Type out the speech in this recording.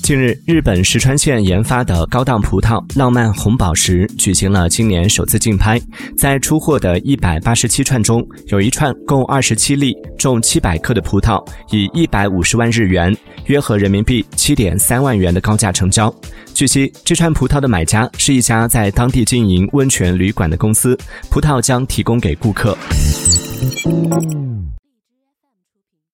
近日，日本石川县研发的高档葡萄浪漫红宝石举行了今年首次竞拍。在出货的187串中，有一串共27粒、重700克的葡萄，以150万日元（约合人民币7.3万元）的高价成交。据悉，这串葡萄的买家是一家在当地经营温泉旅馆的公司，葡萄将提供给顾客。